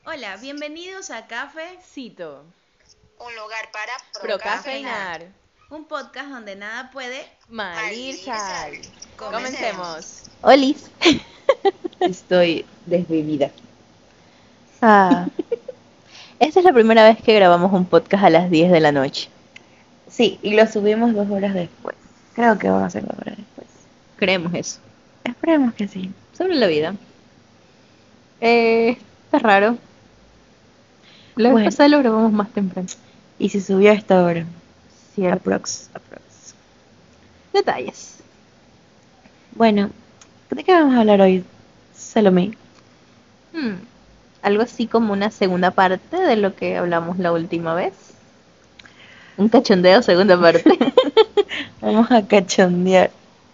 Hola, bienvenidos a Cito. Un lugar para Procafeinar. un podcast donde nada puede Malir sal. Comencemos. Olis. Estoy desvivida. Esta es la primera vez que grabamos un podcast a las 10 de la noche. Sí, y lo subimos 2 horas después. Creo que van a ser 2 horas después. Creemos eso. Esperemos que sí. Sobre la vida. Está raro. La vez pasada lo grabamos más temprano. Y se subió a esta hora. Cierto. Aprox. Detalles. Bueno, ¿de qué vamos a hablar hoy, Salomé? Algo así como una segunda parte de lo que hablamos la última vez. Un cachondeo segunda parte. Vamos a cachondear.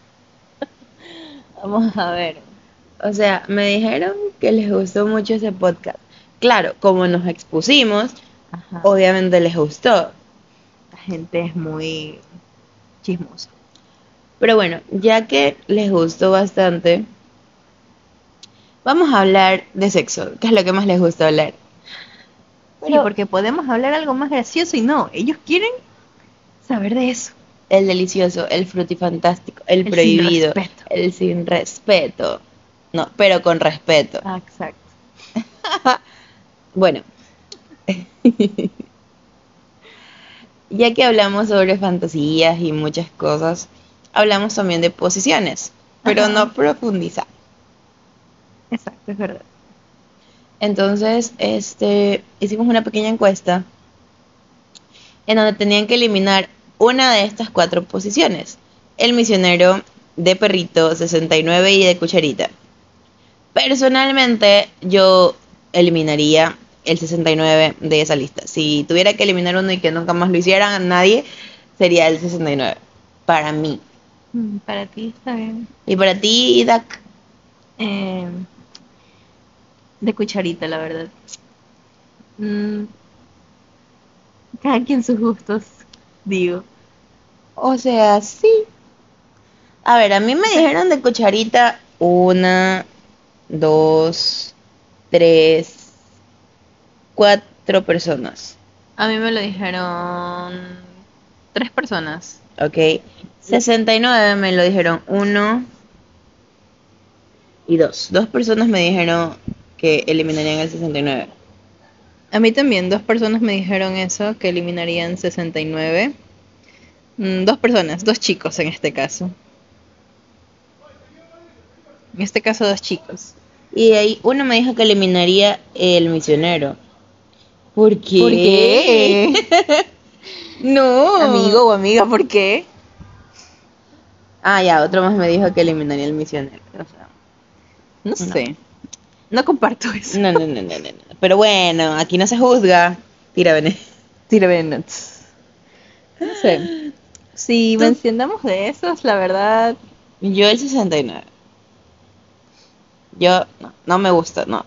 Vamos a ver. O sea, me dijeron que les gustó mucho ese podcast. Claro, como nos expusimos, Ajá. obviamente les gustó. La gente es muy chismosa. Pero bueno, ya que les gustó bastante, vamos a hablar de sexo, que es lo que más les gusta hablar. Sí, porque podemos hablar algo más gracioso y no, ellos quieren saber de eso. El delicioso, el frutifantástico, el El prohibido, sin respeto. el sin respeto. No, pero con respeto. Exacto. Bueno, ya que hablamos sobre fantasías y muchas cosas, hablamos también de posiciones, pero Ajá. no profundizar. Exacto, es verdad. Entonces, hicimos una pequeña encuesta en donde tenían que eliminar una de estas 4 posiciones: el misionero, de perrito, 69 y de cucharita. Personalmente, yo eliminaría el 69 de esa lista. Si tuviera que eliminar uno y que nunca más lo hicieran a nadie, sería el 69. Para mí. Para ti está bien. Y para ti, Dak. De cucharita, la verdad. Cada quien sus gustos, digo. O sea, sí. A ver, a mí me dijeron de cucharita 1, 2, 3, 4 personas. A mí me lo dijeron 3 personas. Ok. 69 me lo dijeron 1 y 2. 2 personas me dijeron que eliminarían el 69. A mí también 2 personas me dijeron eso, que eliminarían 69. 2 personas, 2 chicos en este caso. En este caso 2 chicos. Y de ahí uno me dijo que eliminaría el misionero. ¿Por qué? ¿Por qué? No. Amigo o amiga, ¿por qué? Ah, ya, otro más me dijo que eliminaría el misionero. O sea, No sé. No comparto eso. no. Pero bueno, aquí no se juzga. Tira, Bené. Tira nuts. No sé. Si mencionamos de esos, la verdad. Yo el 69. Yo no me gusta, no.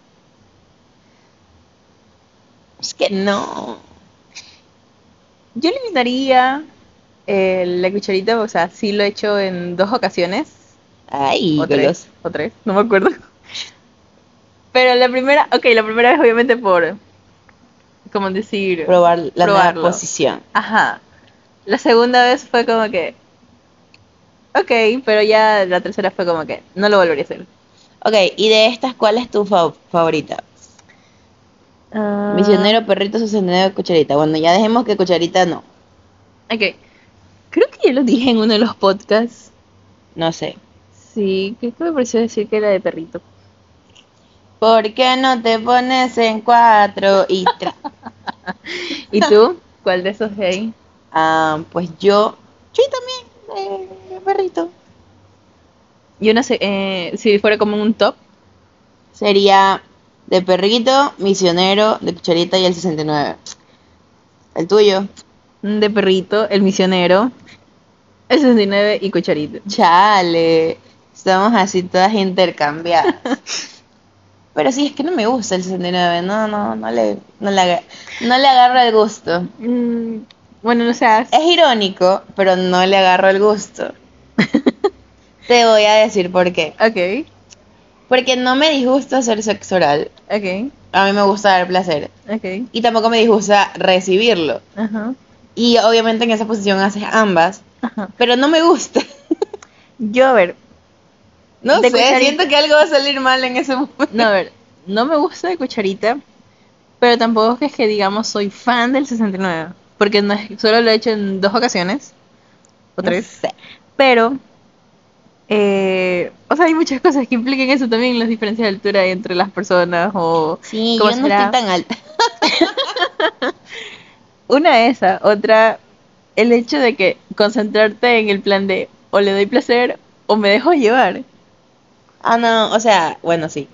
Es que no. Yo eliminaría la cucharita, o sea, sí lo he hecho en 2 ocasiones. Ay, O 3, no me acuerdo. Pero la primera vez obviamente por, como decir, probar la nueva probarlo. posición. Ajá. La segunda vez fue como que, ok, pero ya la tercera fue como que, no lo volvería a hacer. Ok, y de estas, ¿cuál es tu favorita? Misionero, perrito, 69, cucharita. Bueno, ya dejemos que cucharita no. Ok. Creo que ya lo dije en uno de los podcasts. No sé. Sí, creo que me pareció decir que era de perrito. ¿Por qué no te pones en 4 y ¿Y tú? ¿Cuál de esos de ahí? pues yo también, de perrito. Yo no sé, si fuera como un top. Sería de perrito, misionero, de cucharita y el 69. ¿El tuyo? De perrito, el misionero, el 69 y cucharita. Chale, estamos así todas intercambiadas. Pero sí, es que no me gusta el 69, no le agarro el gusto. Bueno, o sea, Es irónico, pero no le agarro el gusto. Te voy a decir por qué. ok. Porque no me disgusta hacer sexo oral, Ok. A mí me gusta dar placer. Ok. Y tampoco me disgusta recibirlo. Ajá. Y obviamente en esa posición haces ambas. Ajá. Pero no me gusta. Yo, a ver, No De sé, cucharita. siento que algo va a salir mal en ese momento. no, a ver, no me gusta de cucharita, pero tampoco es que digamos soy fan del 69, porque no es, solo lo he hecho en 2 ocasiones, o 3, No sé. pero, o sea, hay muchas cosas que implican eso también, las diferencias de altura entre las personas, o Sí, cómo yo no será. estoy tan alta. Una esa, otra, el hecho de que concentrarte en el plan de o le doy placer o me dejo llevar. Ah, no, o sea, bueno, sí.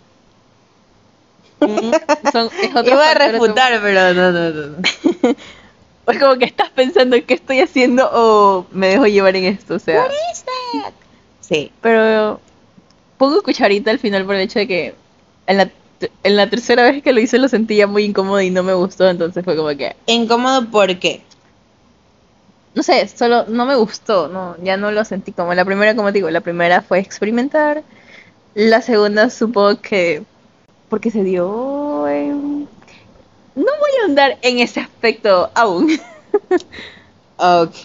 Es otro Iba a factor refutar, pero no. o es como que estás pensando qué estoy haciendo o me dejo llevar en esto, o sea. Sí. Pero pongo cucharita al final por el hecho de que en la tercera vez que lo hice lo sentía muy incómodo y no me gustó, entonces fue como que, Incómodo, ¿por qué? no sé, solo no me gustó, no, ya no lo sentí como la primera, como te digo, la primera fue experimentar, la segunda supongo que porque se dio no voy a andar en ese aspecto aún. Ok.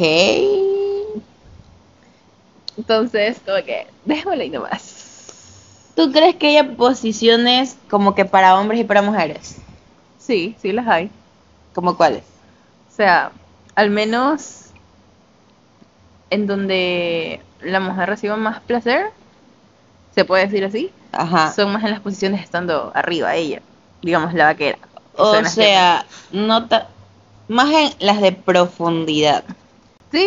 Entonces, como que, déjame ahí nomás. ¿Tú crees que haya posiciones como que para hombres y para mujeres? Sí, sí las hay. ¿Como cuáles? O sea, al menos en donde la mujer reciba más placer, se puede decir así, Ajá. son más en las posiciones estando arriba ella, digamos la vaquera. que O son las piernas. sea, más en las de profundidad. Sí,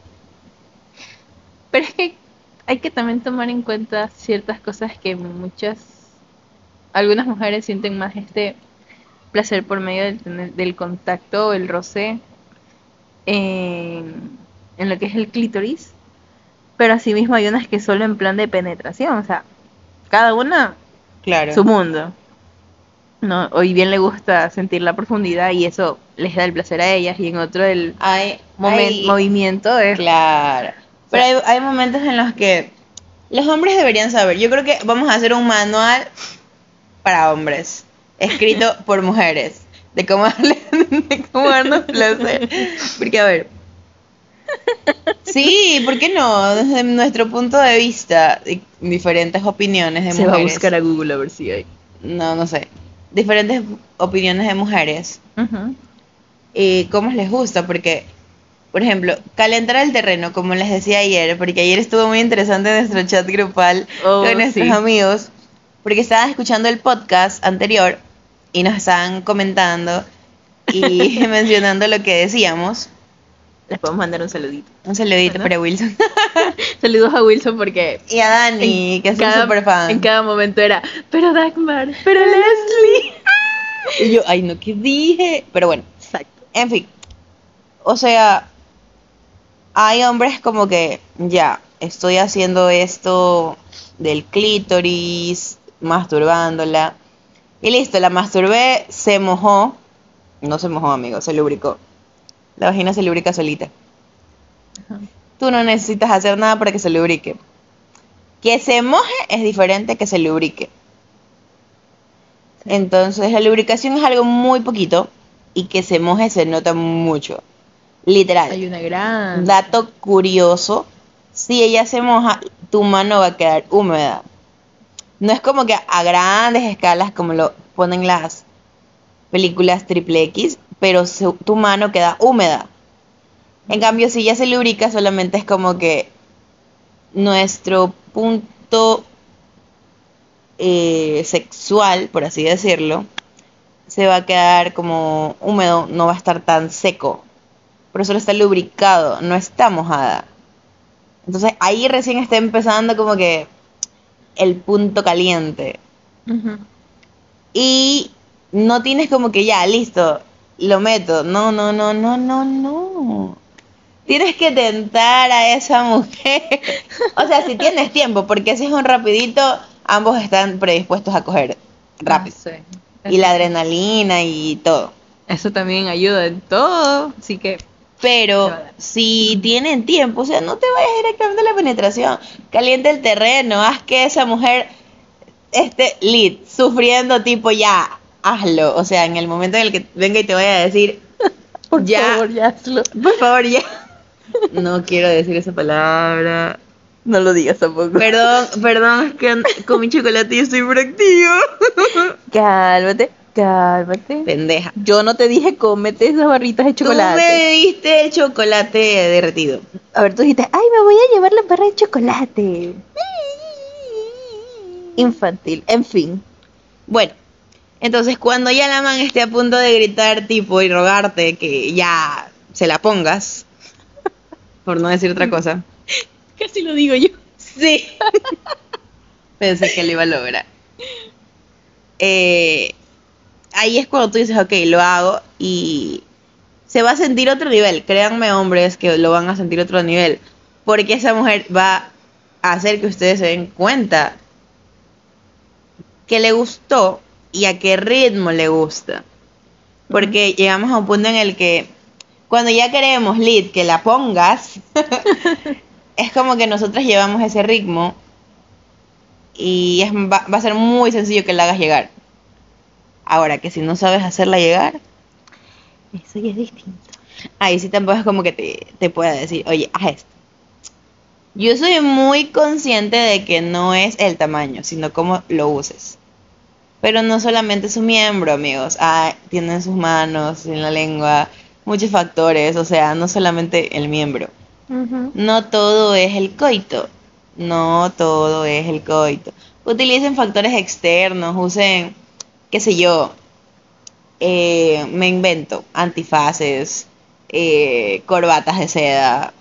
pero es que hay que también tomar en cuenta ciertas cosas que algunas mujeres sienten más este placer por medio del contacto, el roce en lo que es el clítoris, pero asimismo hay unas que solo en plan de penetración, o sea, cada una Claro. su mundo. No, hoy bien le gusta sentir la profundidad y eso les da el placer a ellas y en otro el Hay movimiento es Claro. Pero hay momentos en los que los hombres deberían saber. Yo creo que vamos a hacer un manual para hombres, escrito por mujeres, de cómo darnos placer. Porque, a ver. Sí, ¿por qué no? Desde nuestro punto de vista, diferentes opiniones de se va a mujeres. buscar a Google a ver si hay. No sé. Diferentes opiniones de mujeres. Ujú. Y cómo les gusta, porque, por ejemplo, calentar el terreno, como les decía ayer, porque ayer estuvo muy interesante nuestro chat grupal Oh, con nuestros sí. amigos, porque estaban escuchando el podcast anterior y nos estaban comentando y mencionando lo que decíamos. Les podemos mandar un saludito. Un saludito Bueno. para Wilson. Saludos a Wilson porque Y a Dani, que es un super fan. en cada momento era, pero Dagmar, pero Leslie. Y yo, ay no, ¿qué dije? Pero bueno, Exacto. en fin. O sea, hay hombres como que, ya, estoy haciendo esto del clítoris, masturbándola. Y listo, la masturbé, se mojó. No se mojó, amigo, se lubricó. La vagina se lubrica solita. Ajá. Tú no necesitas hacer nada para que se lubrique. Que se moje es diferente que se lubrique. Entonces, la lubricación es algo muy poquito y que se moje se nota mucho. Literal. Hay una gran... Dato curioso, si ella se moja, tu mano va a quedar húmeda. No es como que a grandes escalas como lo ponen las películas triple X, pero tu mano queda húmeda. En cambio, si ya se lubrica, solamente es como que nuestro punto sexual, por así decirlo, se va a quedar como húmedo, no va a estar tan seco. Pero solo está lubricado, no está mojada. Entonces ahí recién está empezando como que el punto caliente. Ujú. Y no tienes como que ya, listo, lo meto. No. Tienes que tentar a esa mujer. O sea, si tienes tiempo, porque si es un rapidito, ambos están predispuestos a coger rápido. Ah, sí. Y la adrenalina y todo. Eso también ayuda en todo, así que... Pero Se va a dar. si tienen tiempo, o sea, no te vayas directamente a la penetración. Calienta el terreno, haz que esa mujer esté lit, sufriendo tipo ya, hazlo. O sea, en el momento en el que venga y te vaya a decir, Por ya, favor, ya hazlo. por favor, ya. No quiero decir esa palabra. No lo digas tampoco. Perdón, es que con mi chocolate yo estoy hiperactiva. Cálmate, cálmate. Pendeja. Yo no te dije cómete esas barritas de Tú me chocolate. diste el chocolate derretido. A ver, tú dijiste, ay, me voy a llevar la barra de chocolate. Infantil, en fin. Bueno, entonces cuando ya la man esté a punto de gritar tipo y rogarte que ya se la pongas, por no decir otra cosa. Casi lo digo yo. Sí. Pensé que lo iba a lograr. Ahí es cuando tú dices, ok, lo hago y se va a sentir otro nivel. Créanme, hombres, que lo van a sentir otro nivel. Porque esa mujer va a hacer que ustedes se den cuenta que le gustó y a qué ritmo le gusta. Porque llegamos a un punto en el que cuando ya queremos, Lid, que la pongas, es como que nosotros llevamos ese ritmo y va a ser muy sencillo que la hagas llegar. Ahora, que si no sabes hacerla llegar, Eso ya es distinto. ahí sí tampoco es como que te pueda decir, oye, haz esto. Yo soy muy consciente de que no es el tamaño, sino cómo lo uses. Pero no solamente su miembro, amigos. Tienen sus manos, en la lengua, muchos factores. O sea, no solamente el miembro. No todo es el coito. No todo es el coito. Utilicen factores externos, usen, qué sé yo, me invento, antifaces, corbatas de seda.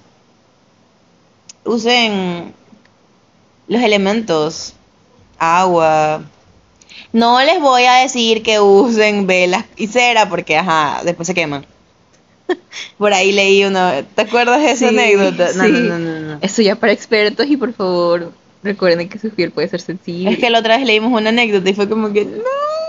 Usen los elementos, agua. No les voy a decir que usen velas y cera porque, ajá, después se queman. Por ahí leí uno. ¿Te acuerdas de esa Sí, anécdota? No, sí. no. Eso ya para expertos y por favor, recuerden que su piel puede ser sensible. Es que la otra vez leímos una anécdota y fue como que no.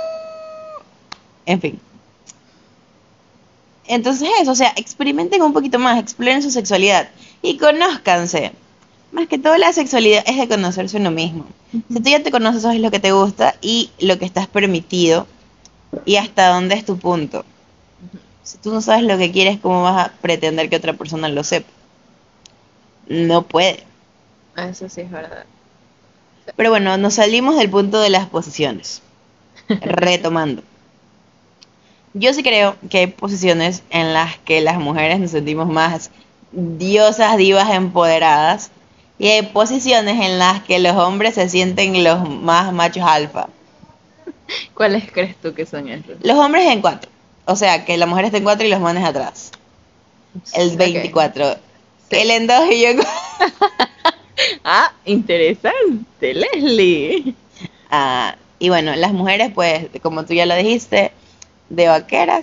En fin. Entonces eso, o sea, experimenten un poquito más, exploren su sexualidad y conózcanse. Más que todo la sexualidad es de conocerse uno mismo. Si tú ya te conoces, sabes lo que te gusta y lo que estás permitido y hasta dónde es tu punto. Si tú no sabes lo que quieres, ¿cómo vas a pretender que otra persona lo sepa? No puede. Eso sí es verdad. Pero bueno, nos salimos del punto de las posiciones. Retomando. Yo sí creo que hay posiciones en las que las mujeres nos sentimos más diosas, divas, empoderadas. Y hay posiciones en las que los hombres se sienten los más machos alfa. ¿Cuáles crees tú que son esos? Los hombres en 4. O sea, que la mujer está en 4 y los manes atrás. El 24. Sí. Él en 2 y yo en Ah, interesante, Leslie. y bueno, las mujeres, pues, como tú ya lo dijiste, de vaqueras.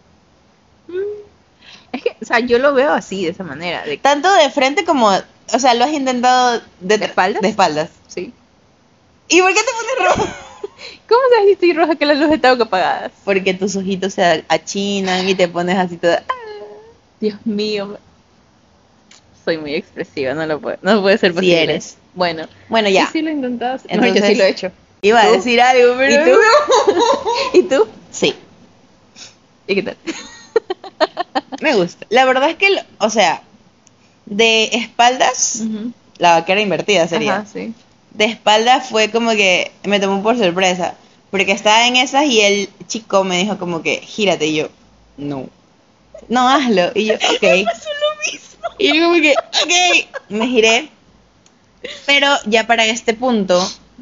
Es que, o sea, yo lo veo así, de esa manera. Tanto de frente como, o sea, lo has intentado ¿De espaldas? De espaldas. Sí. ¿Y por qué te pones rojo? ¿Cómo sabes si estoy roja que las luces están apagadas? Porque tus ojitos se achinan y te pones así toda. Dios mío. Soy muy expresiva, no puede ser Si posible. eres. Bueno. Bueno, ya. Sí, lo he intentado. No, Entonces- yo sí lo he hecho. Iba a ¿Tú? decir algo, pero. ¿Y tú? ¿Y tú? Sí, ¿Y qué tal? me gusta. La verdad es que, o sea, de espaldas, la vaquera invertida sería. Ajá, sí. De espaldas fue como que me tomó por sorpresa. Porque estaba en esas y el chico me dijo como que, gírate. Y yo, no. No, hazlo. Y yo, ok. Y yo como que, ok. Me giré. Pero ya para este punto,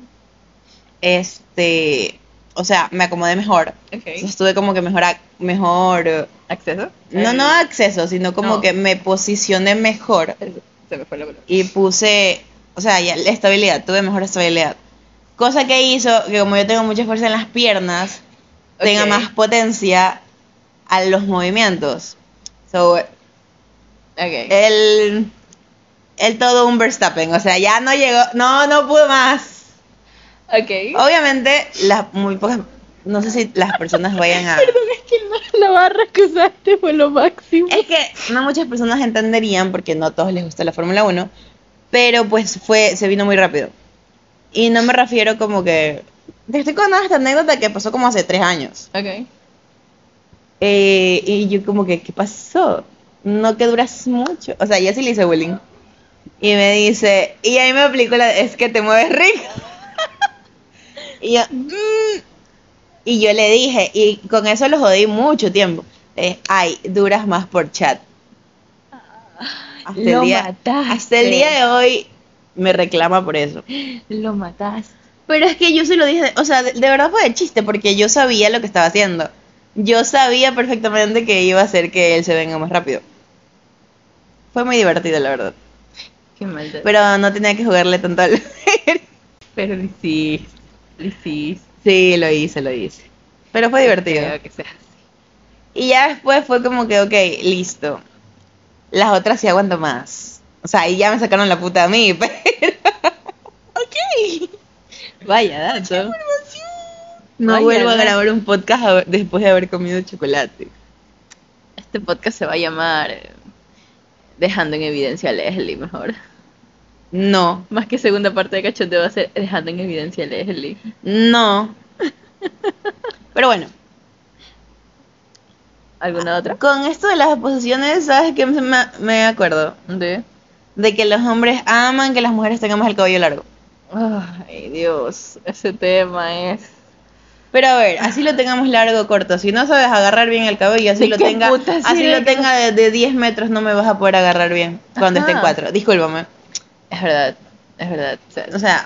o sea, me acomodé mejor. Okay. Estuve como que mejor, ¿Acceso? no acceso, sino como No. que me posicioné mejor Se me fue la palabra. y puse, o sea, ya la estabilidad, tuve mejor estabilidad. Cosa que hizo que como yo tengo mucha fuerza en las piernas, tenga Ok. más potencia a los movimientos. So, Ok. el todo un Verstappen, o sea, ya no llegó, no pudo más. Ok. Obviamente, muy pocas, no sé si las personas vayan a... Perdón, es que la barra que usaste fue lo máximo. Es que no muchas personas entenderían porque no a todos les gusta la Fórmula 1, pero pues se vino muy rápido. Y no me refiero como que Te estoy contando esta anécdota que pasó como hace 3 años. Ok. Y yo como que, ¿qué pasó? No que duras mucho. O sea, yo sí le hice bullying. Y me dice, y ahí me aplicó es que te mueves rico. Y yo, y yo le dije, y con eso lo jodí mucho tiempo. Ay, duras más por chat. Lo mataste. Hasta el día de hoy me reclama por eso. Lo mataste. Pero es que yo se lo dije, o sea, de verdad fue de chiste, porque yo sabía lo que estaba haciendo. Yo sabía perfectamente que iba a hacer que él se venga más rápido. Fue muy divertido, la verdad. Qué maldad. Pero no tenía que jugarle tanto al... Pero lo hiciste. Lo hiciste. Sí, lo hice. Pero fue divertido. Creo que sea así. Y ya después fue como que, ok, listo. Las otras sí aguanto más. O sea, y ya me sacaron la puta a mí, pero... ok. Vaya dato. No Vaya, vuelvo a ¿verdad? grabar un podcast después de haber comido chocolate. Este podcast se va a llamar Dejando en evidencia a Leslie, mejor. No, Más que segunda parte de cachondeo va a ser Dejando en evidencia a Leslie. no. Pero bueno, ¿Alguna otra? con esto de las posiciones, ¿sabes qué me acuerdo? ¿De? De que los hombres aman que las mujeres tengamos el cabello largo. Ay, Dios, ese tema es... Pero a ver, así lo tengamos largo o corto. Si no sabes agarrar bien el cabello, así ¿De lo qué tenga, puta así sirve lo que tenga de 10 metros, no me vas a poder agarrar bien cuando esté en Ajá. 4. Discúlpame. Es verdad, es verdad. O sea,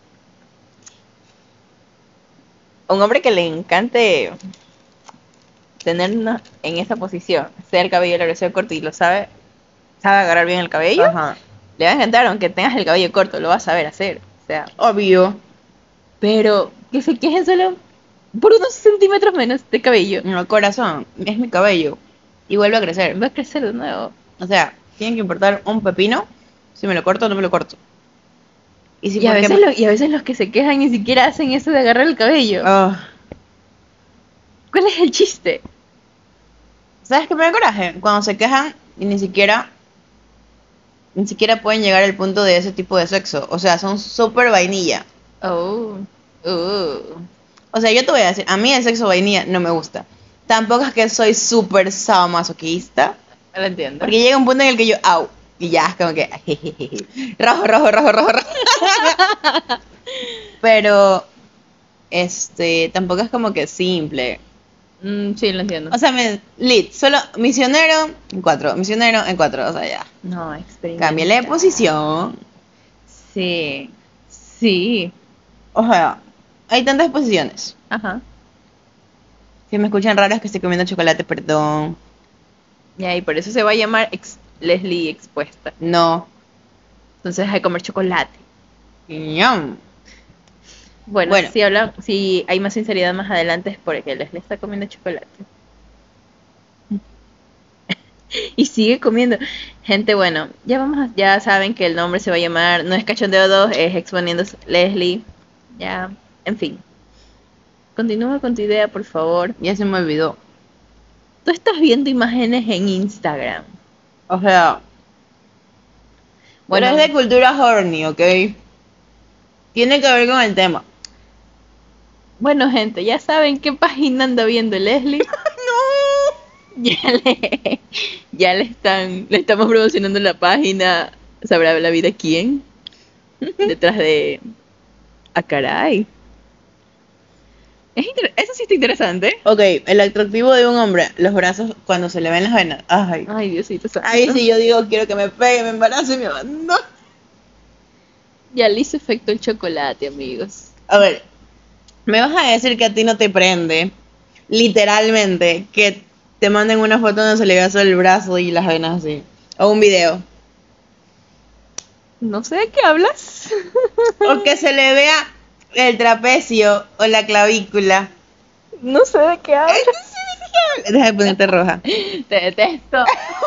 Un hombre que le encante tenernos en esa posición, sea el cabello largo, sea corto y lo sabe agarrar bien el cabello, ajá, le va a encantar aunque tengas el cabello corto, lo vas a saber hacer. O sea, obvio. pero que se quejen solo por unos centímetros menos de cabello. No, corazón, es mi cabello. Y vuelve a crecer. Va a crecer de nuevo. O sea, tienen que importar un pepino si me lo corto o no me lo corto. Y si Y a porque veces, y a veces los que se quejan ni siquiera hacen eso de agarrar el cabello. Ah, ¿Cuál es el chiste? ¿sabes qué me da coraje? Cuando se quejan y ni siquiera pueden llegar al punto de ese tipo de sexo. O sea, son súper vainilla. Oh. O sea, yo te voy a decir, a mí el sexo vainilla no me gusta. Tampoco es que soy súper sadomasoquista. Lo entiendo. Porque llega un punto en el que yo, au, y ya es como que, jejeje, rojo. Pero, tampoco es como que simple. Sí, lo entiendo. O sea, solo misionero en 4, misionero en 4, o sea, ya. No, experimenta. Cámbiale de posición. Sí. O sea, hay tantas posiciones. Ajá. Si me escuchan raro es que estoy comiendo chocolate, perdón. Ya, y por eso se va a llamar Leslie Expuesta. No. Entonces hay que comer chocolate. Ñam. Bueno, Bueno. si hay más sinceridad más adelante es porque Leslie está comiendo chocolate. Y sigue comiendo. Gente, bueno, ya saben que el nombre se va a llamar, no es Cachondeo 2, es Exponiendo Leslie. Ya, en fin. Continúa con tu idea, por favor. Ya se me olvidó. Tú estás viendo imágenes en Instagram. O sea, bueno, es de cultura horny, ¿ok? Tiene que ver con el tema. Bueno, gente, ya saben qué página anda viendo Leslie. ¡No! Ya le estamos promocionando la página. ¿Sabrá la vida quién? Detrás de... ¡Ah, caray! Eso sí está interesante. Ok, el atractivo de un hombre, los brazos cuando se le ven las venas. Ay, Ay, Diosito santo. ahí sí yo digo, quiero que me pegue, me embarace y me abandone. Ya le hizo efecto el chocolate, amigos. A ver, me vas a decir que a ti no te prende, literalmente, que te manden una foto donde se le vea solo el brazo y las venas así. O un video. No sé de qué hablas. O que se le vea el trapecio o la clavícula. No sé de qué hablas. Deja de ponerte roja. Te detesto.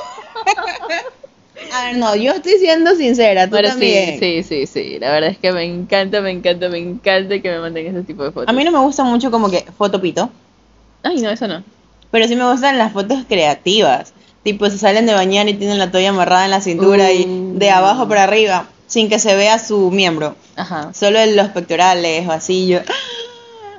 A ver, no, yo estoy siendo sincera, tú Pero también. sí. La verdad es que me encanta que me manden ese tipo de fotos. A mí no me gusta mucho como que fotopito, Ay, no, eso no. pero sí me gustan las fotos creativas. Tipo, se salen de bañar y tienen la toalla amarrada en la cintura y de abajo para arriba, sin que se vea su miembro. Ajá. Solo en los pectorales o así. Yo,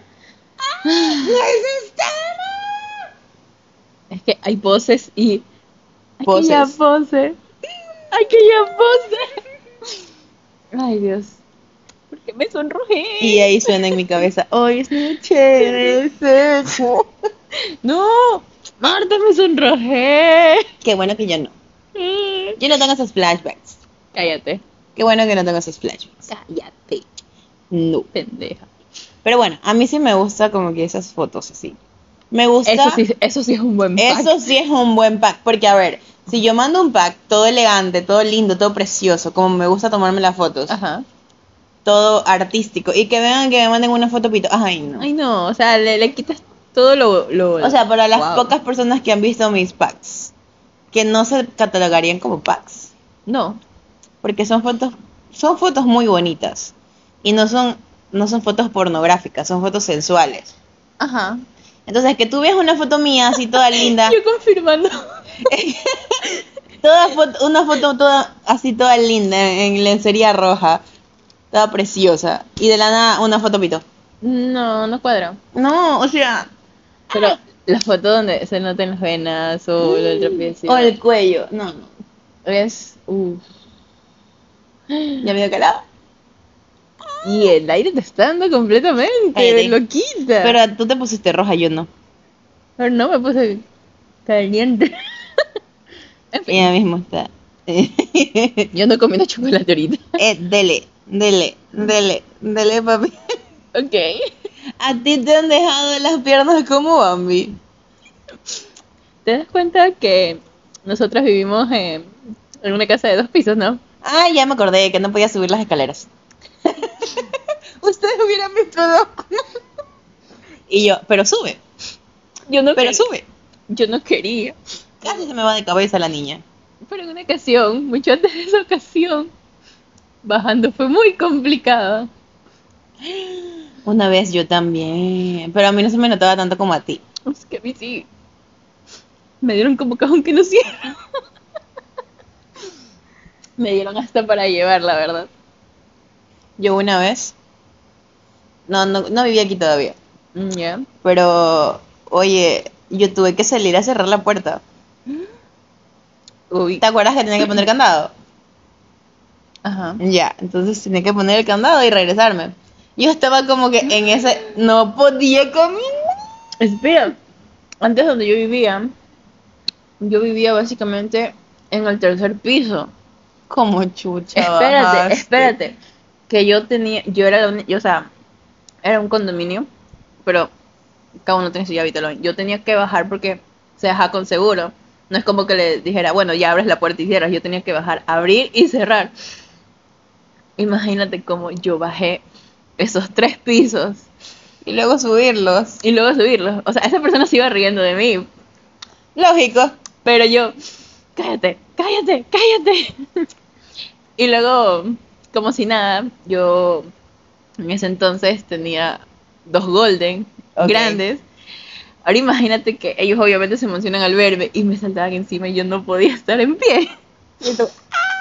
Es que hay poses y... Poses. Aquella pose. Aquella pose. Ay, Dios. ¿Por qué me sonrojé? Y ahí suena en mi cabeza, hoy es noche de sexo. No, Marta, me sonrojé. Qué bueno que yo no. Yo no tengo esos flashbacks. Cállate. Qué bueno que no tengo esos flashbacks. Cállate. No. Pendeja. Pero bueno, a mí sí me gusta como que esas fotos así. Me gusta. Eso sí es un buen pack. Eso sí es un buen pack. Porque, a ver, si yo mando un pack todo elegante, todo lindo, todo precioso, como me gusta tomarme las fotos, Ajá. todo artístico, y que vean que me manden una foto pito, ay no. Ay, no, o sea, le quitas todo lo... O sea, para las Wow. pocas personas que han visto mis packs, que no se catalogarían como packs, No. porque son fotos muy bonitas. Y no son fotos pornográficas, son fotos sensuales. Ajá. Entonces, que tú veas una foto mía así toda linda, Yo confirmando. una foto toda así toda linda en lencería roja, toda preciosa, y de la nada una foto pito. No, no cuadra. No, o sea, Pero la foto donde se notan las venas o el trapecio. o el cuello, no, Es... ya me dio calado. Y el aire te está dando completamente. Cállate. Lo quita. Pero tú te pusiste roja, yo no. Pero no me puse caliente. En fin, Ella mismo está. yo ando comiendo chocolate ahorita. Dele, papi. Ok. A ti te han dejado las piernas como Bambi. ¿Te das cuenta que nosotras vivimos en una casa de 2 pisos, no? Ah, ya me acordé que no podía subir las escaleras. Ustedes hubieran visto dos. Y yo, pero sube, Yo no pero quería. sube. Yo no quería. Casi se me va de cabeza la niña. Pero en una ocasión, mucho antes de esa ocasión, bajando fue muy complicado. Una vez yo también, pero a mí no se me notaba tanto como a ti. Es que a mí sí. Me dieron como cajón que no cierra. Me dieron hasta para llevar, la verdad. Yo una vez, no vivía aquí todavía, Ya. pero oye, yo tuve que salir a cerrar la puerta. Uy. ¿Te acuerdas que tenía que poner candado? Ajá. Ya, entonces tenía que poner el candado y regresarme. Yo estaba como que en ese, no podía caminar. Espera. Antes donde yo vivía básicamente en el 3er piso. Como chucha. Espérate, bajaste. espérate. Que yo era la única, o sea, era un condominio, pero cada uno tiene su llave y talón. Yo tenía que bajar porque se baja con seguro. No es como que le dijera, bueno, ya abres la puerta y cierras. Yo tenía que bajar, abrir y cerrar. Imagínate cómo yo bajé esos 3 pisos Y luego subirlos. y luego subirlos. O sea, esa persona se iba riendo de mí, Lógico. pero yo, cállate, cállate, cállate. Y luego, como si nada, yo en ese entonces tenía 2 golden Ok. grandes. Ahora imagínate que ellos obviamente se emocionan al verme y me saltaban encima y yo no podía estar en pie. Y yo,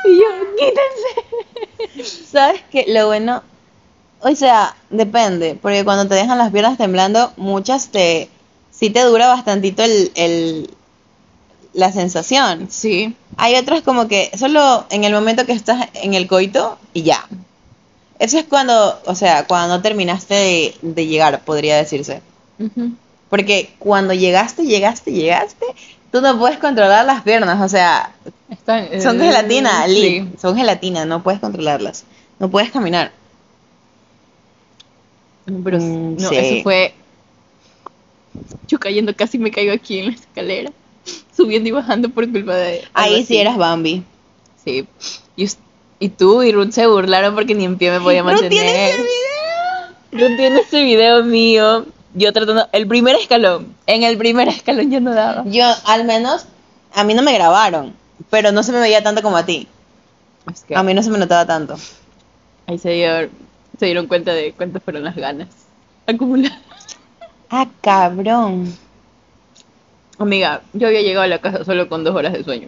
quítense. ¿Sabes qué? Lo bueno, o sea, depende, porque cuando te dejan las piernas temblando, sí te dura bastantito la sensación. Sí. Hay otras como que solo en el momento que estás en el coito y ya. Eso es cuando, o sea, cuando no terminaste de llegar, podría decirse. Ujú. Porque cuando llegaste, tú no puedes controlar las piernas, o sea, son de gelatina, sí. Lee, son gelatina, no puedes controlarlas, no puedes caminar. Pero no, sí. eso fue. Yo cayendo, casi me caigo aquí en la escalera, subiendo y bajando por culpa de. algo Ahí sí así. eras Bambi. Sí. Y tú y Ruth se burlaron porque ni en pie me podía ¿No mantener. tienes el video? Ruth tiene ese video mío. Yo tratando. El primer escalón. En el primer escalón yo no daba. Yo, al menos, a mí no me grabaron, pero no se me veía tanto como a ti. Es que A mí no se me notaba tanto. ahí se dieron cuenta de cuántas fueron las ganas acumuladas. Ah, cabrón. Amiga, yo había llegado a la casa solo con 2 horas de sueño.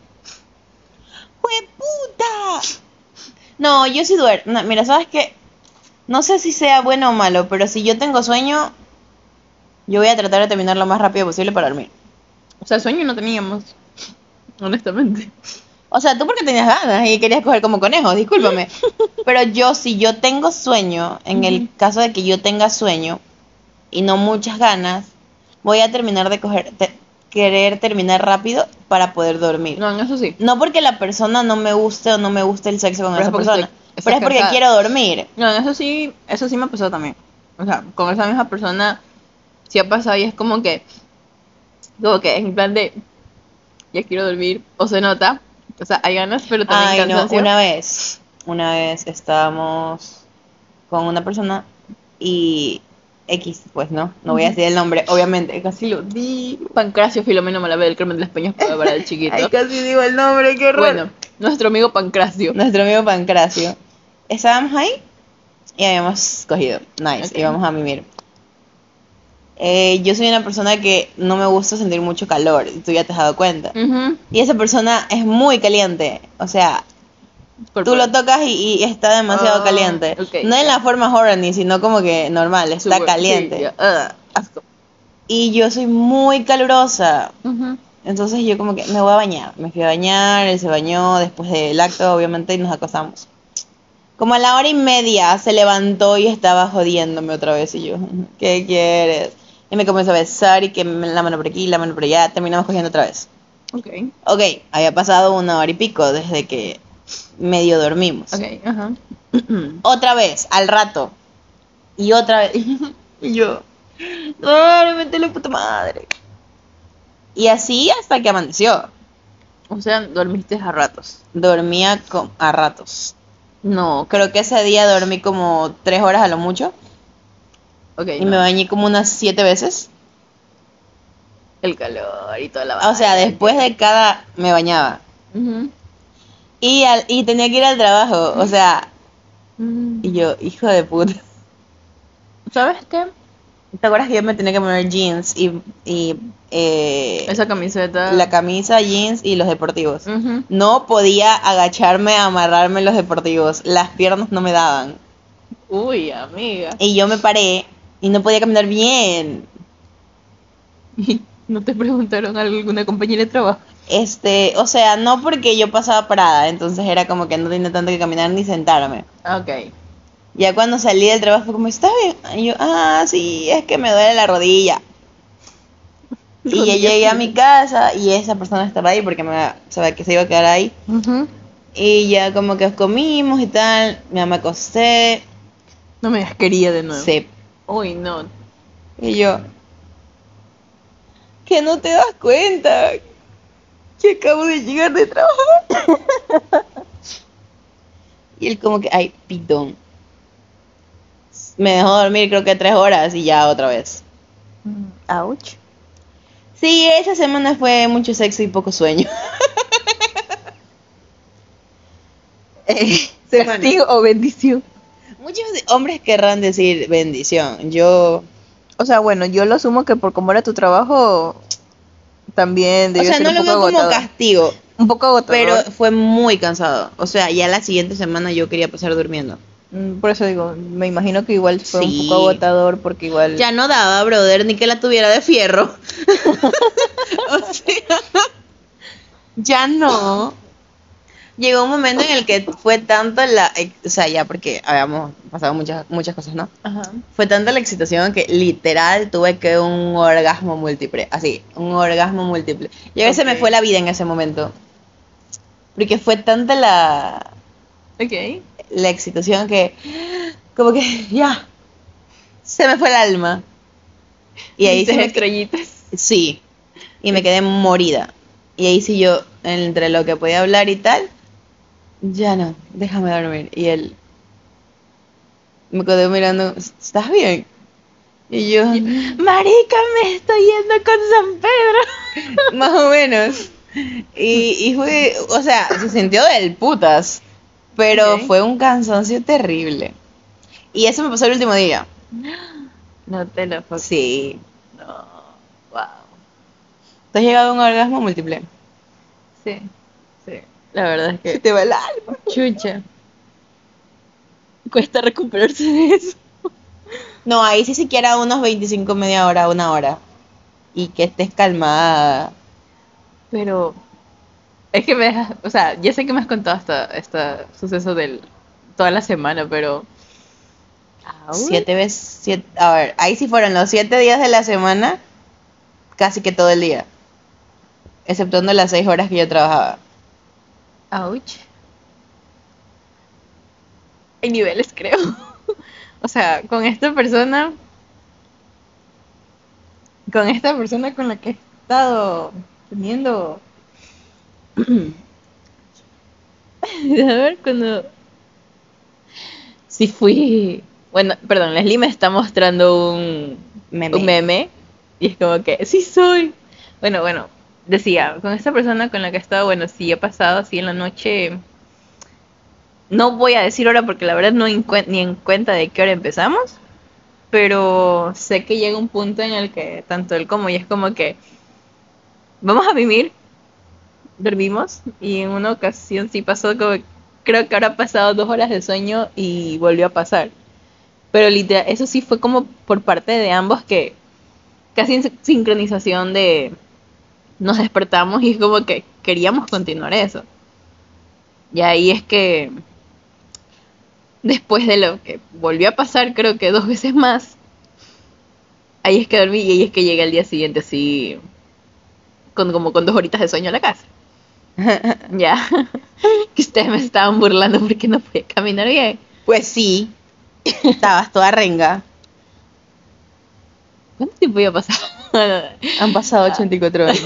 ¡Jueputa! No, yo sí duermo. No, mira, ¿sabes qué? No sé si sea bueno o malo, pero si yo tengo sueño, Yo voy a tratar de terminar lo más rápido posible para dormir. O sea, sueño no teníamos, honestamente. O sea, tú porque tenías ganas y querías coger como conejos, discúlpame. Pero yo, si yo tengo sueño, en el caso de que yo tenga sueño y no muchas ganas, voy a terminar de querer terminar rápido para poder dormir. No, en eso sí. No porque la persona no me guste o no me guste el sexo con Pero es esa porque persona, estás pero es porque cansada. quiero dormir. No, en eso sí me ha pasado también. O sea, con esa misma persona sí ha pasado y es como que en plan de, ya quiero dormir, o se nota, o sea, hay ganas, pero también Ay, no, cansancio. una vez estábamos con una persona y X, pues no voy a decir el nombre, obviamente, casi lo di. Pancracio Filomeno Malavé del Carmen de las Peñas para el chiquito. Ay, casi digo el nombre, qué horror. Bueno, nuestro amigo Pancracio. Nuestro amigo Pancracio. Estábamos ahí y habíamos cogido. Nice, Ok. íbamos a mimir. Yo soy una persona que no me gusta sentir mucho calor, y tú ya te has dado cuenta. Ujú. Y esa persona es muy caliente, o sea, tú lo tocas y está demasiado Ah, caliente. ok. No en la forma horny, sino como que normal, está Súper, caliente. sí, ya, asco. Y yo soy muy calurosa. Ujú. Entonces yo como que me voy a bañar. Me fui a bañar, él se bañó después del acto, obviamente, y nos acostamos. Como a la 1:30 se levantó y estaba jodiéndome otra vez. Y yo, ¿qué quieres? Y me comenzó a besar y que la mano por aquí, la mano por allá. Terminamos cogiendo otra vez. Ok, Ok, había pasado 1 hora y pico desde que medio dormimos. ok, ajá. Otra vez, al rato. Y otra vez. Y yo, duérmete la puta madre. Y así hasta que amaneció. O sea, dormiste a ratos. Dormía a ratos. No, Creo que ese día dormí como 3 horas a lo mucho. ok. Y me bañé como unas 7 veces. El calor y toda la O sea, vaina. después de cada me bañaba. Ujú. Y tenía que ir al trabajo. O sea, y yo, hijo de puta. ¿Sabes qué? ¿Te acuerdas que yo me tenía que poner jeans Esa camiseta. la camisa, jeans y los deportivos? Ujú. No podía agacharme a amarrarme los deportivos. Las piernas no me daban. Uy, amiga. Y yo me paré y no podía caminar bien. ¿No te preguntaron a alguna compañera de trabajo? O sea, no porque yo pasaba parada, entonces era como que no tenía tanto que caminar ni sentarme. Ok. Ya cuando salí del trabajo fue como, ¿está bien? Y yo, sí, es que me duele la rodilla. Y ya llegué a mi casa y esa persona estaba ahí porque sabía que se iba a quedar ahí. Ujú. Y ya como que comimos y tal, ya me acosté, No me das quería de nuevo. sí. Uy, no. Y yo, que no te das cuenta que acabo de llegar de trabajo. Y él como que, ay, pidón. Me dejó dormir creo que 3 horas y ya otra vez. Ouch. Sí, esa semana fue mucho sexo y poco sueño. Semana. ¿Castigo o bendición? Muchos hombres querrán decir bendición. Yo, O sea, bueno, yo lo asumo que por cómo era tu trabajo, también o debió sea, ser no un lo poco veo como agotador. castigo, Un poco agotador. pero fue muy cansado. O sea, ya la siguiente semana yo quería pasar durmiendo. Por eso digo, me imagino que igual fue Sí. un poco agotador porque igual... Ya no daba, brother, ni que la tuviera de fierro. O sea, ya no. Llegó un momento en el que fue tanto o sea, ya porque habíamos pasado muchas cosas, ¿no? Ajá. Fue tanta la excitación que literal tuve que un orgasmo múltiple, así, un orgasmo múltiple. Y a veces me Ok. fue la vida en ese momento. Porque fue tanta Ok. la excitación que como que ya se me fue el alma. Y ahí Dices sí estrellitas. sí, y me quedé morida. Y ahí sí yo, entre lo que podía hablar y tal, ya no, déjame dormir. Y él me quedó mirando, ¿estás bien? Y yo, marica, me estoy yendo con San Pedro. Más o menos. Y fue, o sea, se sintió del putas, pero Ok. fue un cansancio terrible. Y eso me pasó el último día. No te lo puedo. Sí. No. Wow. ¿Te has llegado a un orgasmo múltiple? Sí. Sí. La verdad es que... Te va el alma. Chucha. Cuesta recuperarse de eso. No, ahí sí siquiera unos 25, media hora, una hora. Y que estés calmada. Pero es que me dejas, o sea, ya sé que me has contado este suceso de toda la semana, pero... Au. 7 veces, a ver, ahí sí fueron los 7 días de la semana, casi que todo el día. Exceptuando las 6 horas que yo trabajaba. Ouch. Hay niveles, creo. O sea, con esta persona con la que he estado teniendo... A ver, cuando... Sí fui... Bueno, perdón, Leslie me está mostrando un meme y es como que, sí soy. Bueno, decía, con esta persona con la que he estado, bueno, sí he pasado así en la noche... No voy a decir hora porque la verdad no ni en cuenta de qué hora empezamos, pero sé que llega un punto en el que tanto él como yo es como que vamos a vivir, dormimos y en una ocasión sí pasó como, creo que habrá pasado 2 horas de sueño y volvió a pasar. Pero literal, eso sí fue como por parte de ambos que casi en sincronización de nos despertamos y es como que queríamos continuar eso. Y ahí es que después de lo que volvió a pasar, creo que 2 veces más, ahí es que dormí y ahí es que llegué al día siguiente así, como con 2 horitas de sueño a la casa. Ya, que ustedes me estaban burlando porque no podía caminar bien. Pues sí, estabas toda renga. ¿Cuánto tiempo iba a pasar? Han pasado 84 horas.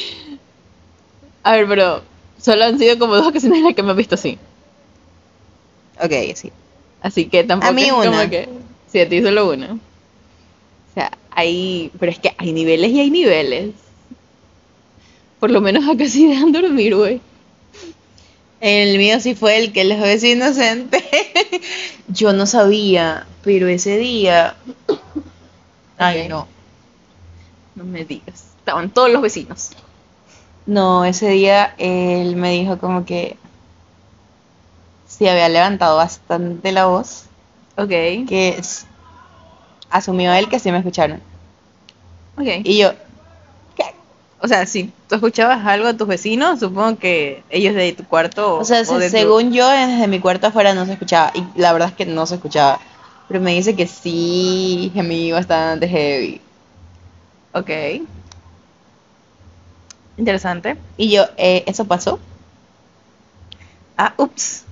A ver, pero solo han sido como 2 ocasiones en las que me has visto así. Ok, sí. Así que tampoco A mí es una. como que... Sí, a ti solo una. O sea, hay... Pero es que hay niveles y hay niveles. Por lo menos acá sí dejan dormir, güey. El mío sí fue el que les ves inocente. Yo no sabía, pero ese día... Ay, Ok. no. No me digas. Estaban todos los vecinos. No, ese día él me dijo como que sí había levantado bastante la voz, Ok. que asumió él que sí me escucharon. Ok. Y yo, O sea, si tú escuchabas algo a tus vecinos, supongo que ellos de tu cuarto o sea, de tu- según yo, desde mi cuarto afuera no se escuchaba. Y la verdad es que no se escuchaba. Pero me dice que sí gemí bastante heavy. Ok. Interesante. Y yo, ¿eso pasó? Ah, ups.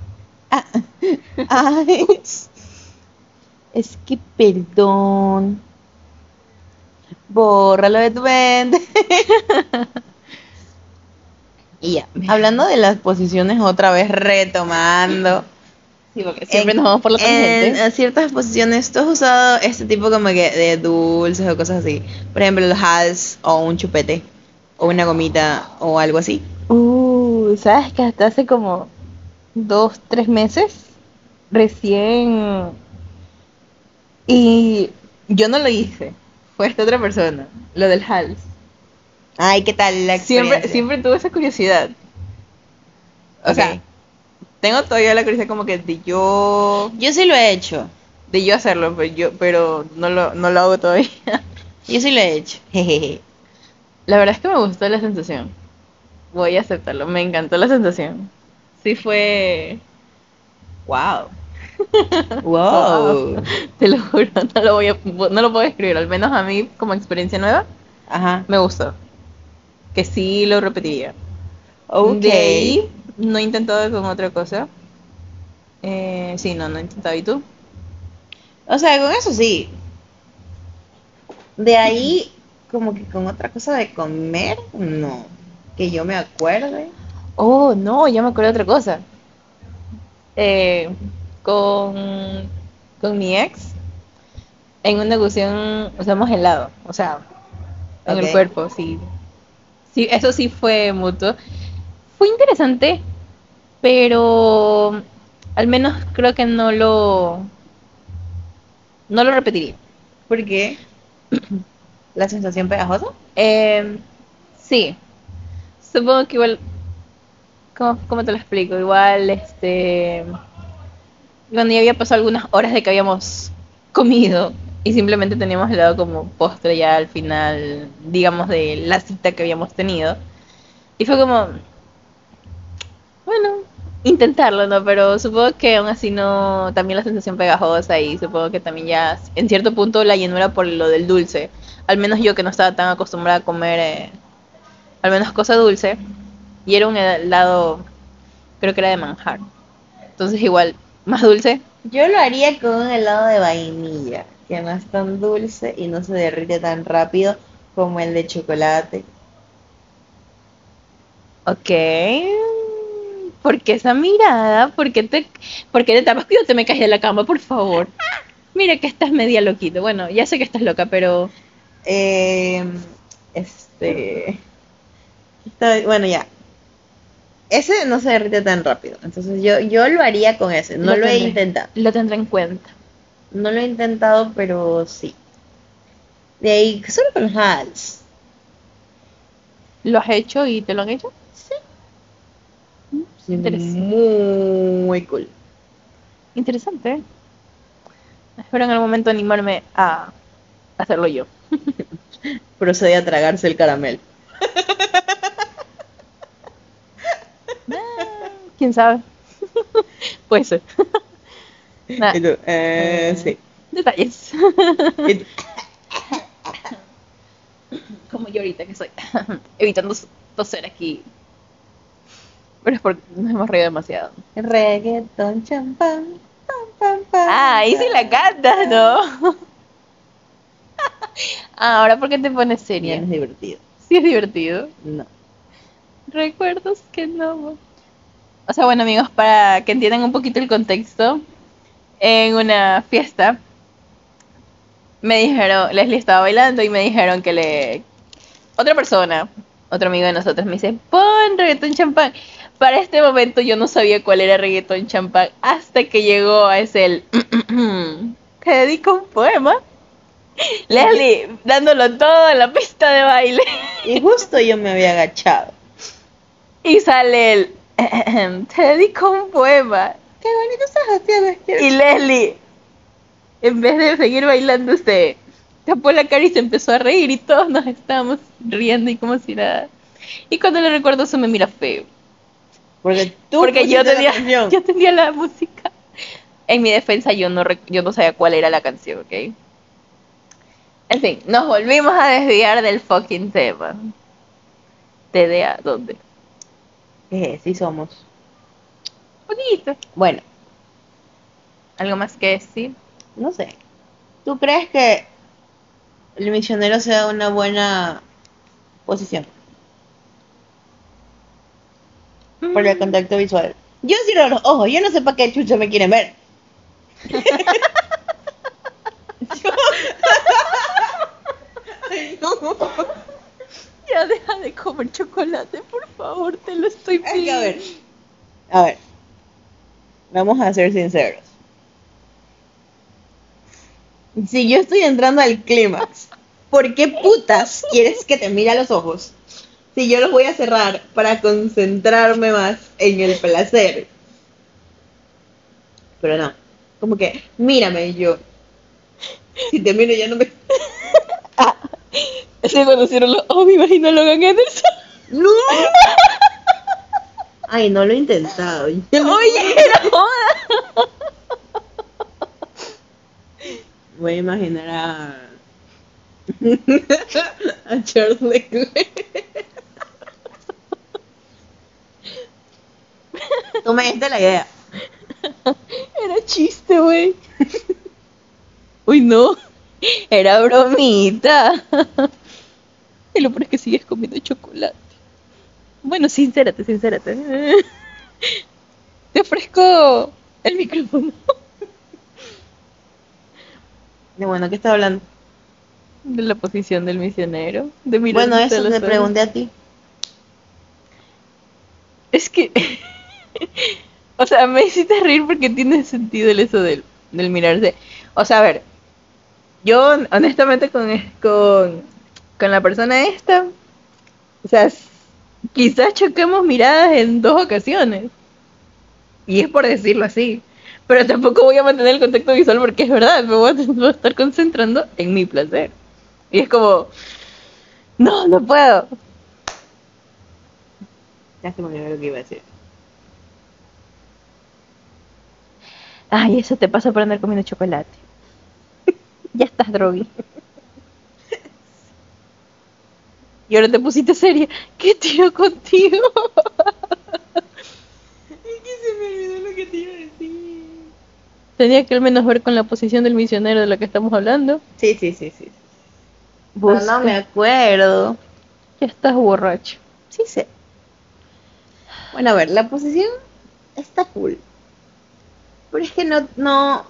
Ay, es que perdón. Bórralo de tu mente. Y ya, hablando de las posiciones otra vez retomando. Sí, porque siempre nos vamos por la tangente. En ciertas posiciones, ¿tú has usado este tipo como que de dulces o cosas así? Por ejemplo, los hals o un chupete o una gomita o algo así. ¿Sabes que hasta hace como 2, 3 meses recién y yo no lo hice, fue esta otra persona, lo del hals. Ay, ¿qué tal la experiencia? Siempre tuve esa curiosidad. O Ok. sea, tengo todavía la curiosidad como que Yo sí lo he hecho. de yo hacerlo, pero no lo hago todavía. Yo sí lo he hecho. Jejeje. La verdad es que me gustó la sensación. Voy a aceptarlo, me encantó la sensación. Sí fue... Wow. Wow. Te lo juro, no lo puedo describir, al menos a mí como experiencia nueva, Ajá. me gustó. Que sí lo repetiría. Ok. De ahí no he intentado con otra cosa. Sí, no he intentado. ¿Y tú? O sea, con eso sí. De ahí, como que con otra cosa de comer, no. Que yo me acuerde. Oh, no, ya me acuerdo de otra cosa. Con mi ex, en una ocasión usamos helado, o sea, en el Ok. cuerpo, sí. Sí, eso sí fue mutuo. Fue interesante, pero al menos creo que no lo repetiría. ¿Por qué? ¿La sensación pegajosa? Sí, supongo que igual, ¿cómo te lo explico? Igual, cuando ya había pasado algunas horas de que habíamos comido y simplemente teníamos helado como postre ya al final, digamos, de la cita que habíamos tenido. Y fue como, bueno, intentarlo, ¿no? Pero supongo que aún así no, también la sensación pegajosa y supongo que también ya en cierto punto la llenura por lo del dulce. Al menos yo que no estaba tan acostumbrada a comer, al menos cosa dulce. Y era un helado, creo que era de manjar. Entonces igual, más dulce. Yo lo haría con un helado de vainilla, que no es tan dulce y no se derrite tan rápido como el de chocolate. Ok. ¿Por qué esa mirada? ¿Por qué te tapas? Que yo te me caes de la cama, por favor. Mira que estás media loquito. Bueno, ya sé que estás loca, pero... Bueno, ya. Ese no se derrite tan rápido. Entonces yo lo haría con ese. No lo he intentado. Lo tendré en cuenta. No lo he intentado, pero sí. De ahí, solo con los Hals. ¿Lo has hecho y te lo han hecho? Sí, Interesante. muy cool. Interesante. Espero en algún momento animarme a hacerlo yo. Procede a tragarse el caramelo. ¿Quién sabe? Puede ser. Nah, Y tú, sí. detalles. Y tú, Como yo ahorita que estoy evitando toser aquí. Pero es porque nos hemos reído demasiado. reggaeton, champán. Pam, pam, pam, Ah, ahí sí la cantas, ¿no? Ah, ahora ¿por qué te pones seria? Bien, es divertido. Sí es divertido. No. Recuerdos que no. O sea, bueno, amigos, para que entiendan un poquito el contexto, en una fiesta me dijeron, Leslie estaba bailando y me dijeron que otra persona, otro amigo de nosotros me dice, pon reggaetón champán. Para este momento yo no sabía cuál era reggaetón champán hasta que llegó a ese el que dedico un poema. Leslie dándolo todo en la pista de baile. Y justo yo me había agachado. Y sale el te dedico un poema. Qué bonitos ojos tienes. Y Leslie, en vez de seguir bailando, se tapó la cara y se empezó a reír y todos nos estábamos riendo y como si nada. Y cuando le recuerdo eso me mira feo. Porque Porque yo pusiste la canción. tenía la música. En mi defensa yo no sabía cuál era la canción, ¿ok? En fin, nos volvimos a desviar del fucking tema. TDA, ¿dónde? Sí somos. Bonito. Bueno, ¿Algo más que decir? no sé. ¿Tú crees que el misionero sea una buena posición por el contacto visual? Yo cierro los ojos, yo no sé para qué chucha me quieren ver. Ay, no. Ya deja de comer chocolate, por favor, te lo estoy Es que, pidiendo. a ver, vamos a ser sinceros. Si yo estoy entrando al clímax, ¿por qué putas quieres que te mire a los ojos? Si yo los voy a cerrar para concentrarme más en el placer. Pero no, como que, mírame, y yo. Si te miro ya no me... Es que cuando cierro los ojos me imagino a Logan Anderson. ¡No! Ay, no lo he intentado. Yo no- Oye, era joda. Voy a imaginar a Charles Leclerc. Tú me diste la idea. Era chiste, güey. Uy, no. Era bromita. Y lo peor es que sigues comiendo chocolate. Bueno, sincérate. Te ofrezco el micrófono. De bueno, ¿qué estás hablando? De la posición del misionero. De mirar Bueno, hacia eso los te ojos. pregunté a ti. Es que... O sea, me hiciste reír porque tiene sentido el eso del mirarse. O sea, a ver. Yo, honestamente, con la persona esta... O sea, quizás choquemos miradas en 2 ocasiones. Y es por decirlo así. Pero tampoco voy a mantener el contacto visual porque es verdad, voy a estar concentrando en mi placer. Y es como, no, no puedo. Ya se me olvidó lo que iba a decir. Ay, eso te pasa por andar comiendo chocolate. Ya estás drogui. Y ahora te pusiste seria. ¿Qué tiro contigo? Es que se me olvidó lo que te iba a decir. Tenía que al menos ver con la posición del misionero de la que estamos hablando. Sí. Pero Busca. no me acuerdo. Ya estás borracho. Sí sé. Bueno, a ver, la posición está cool. Pero es que no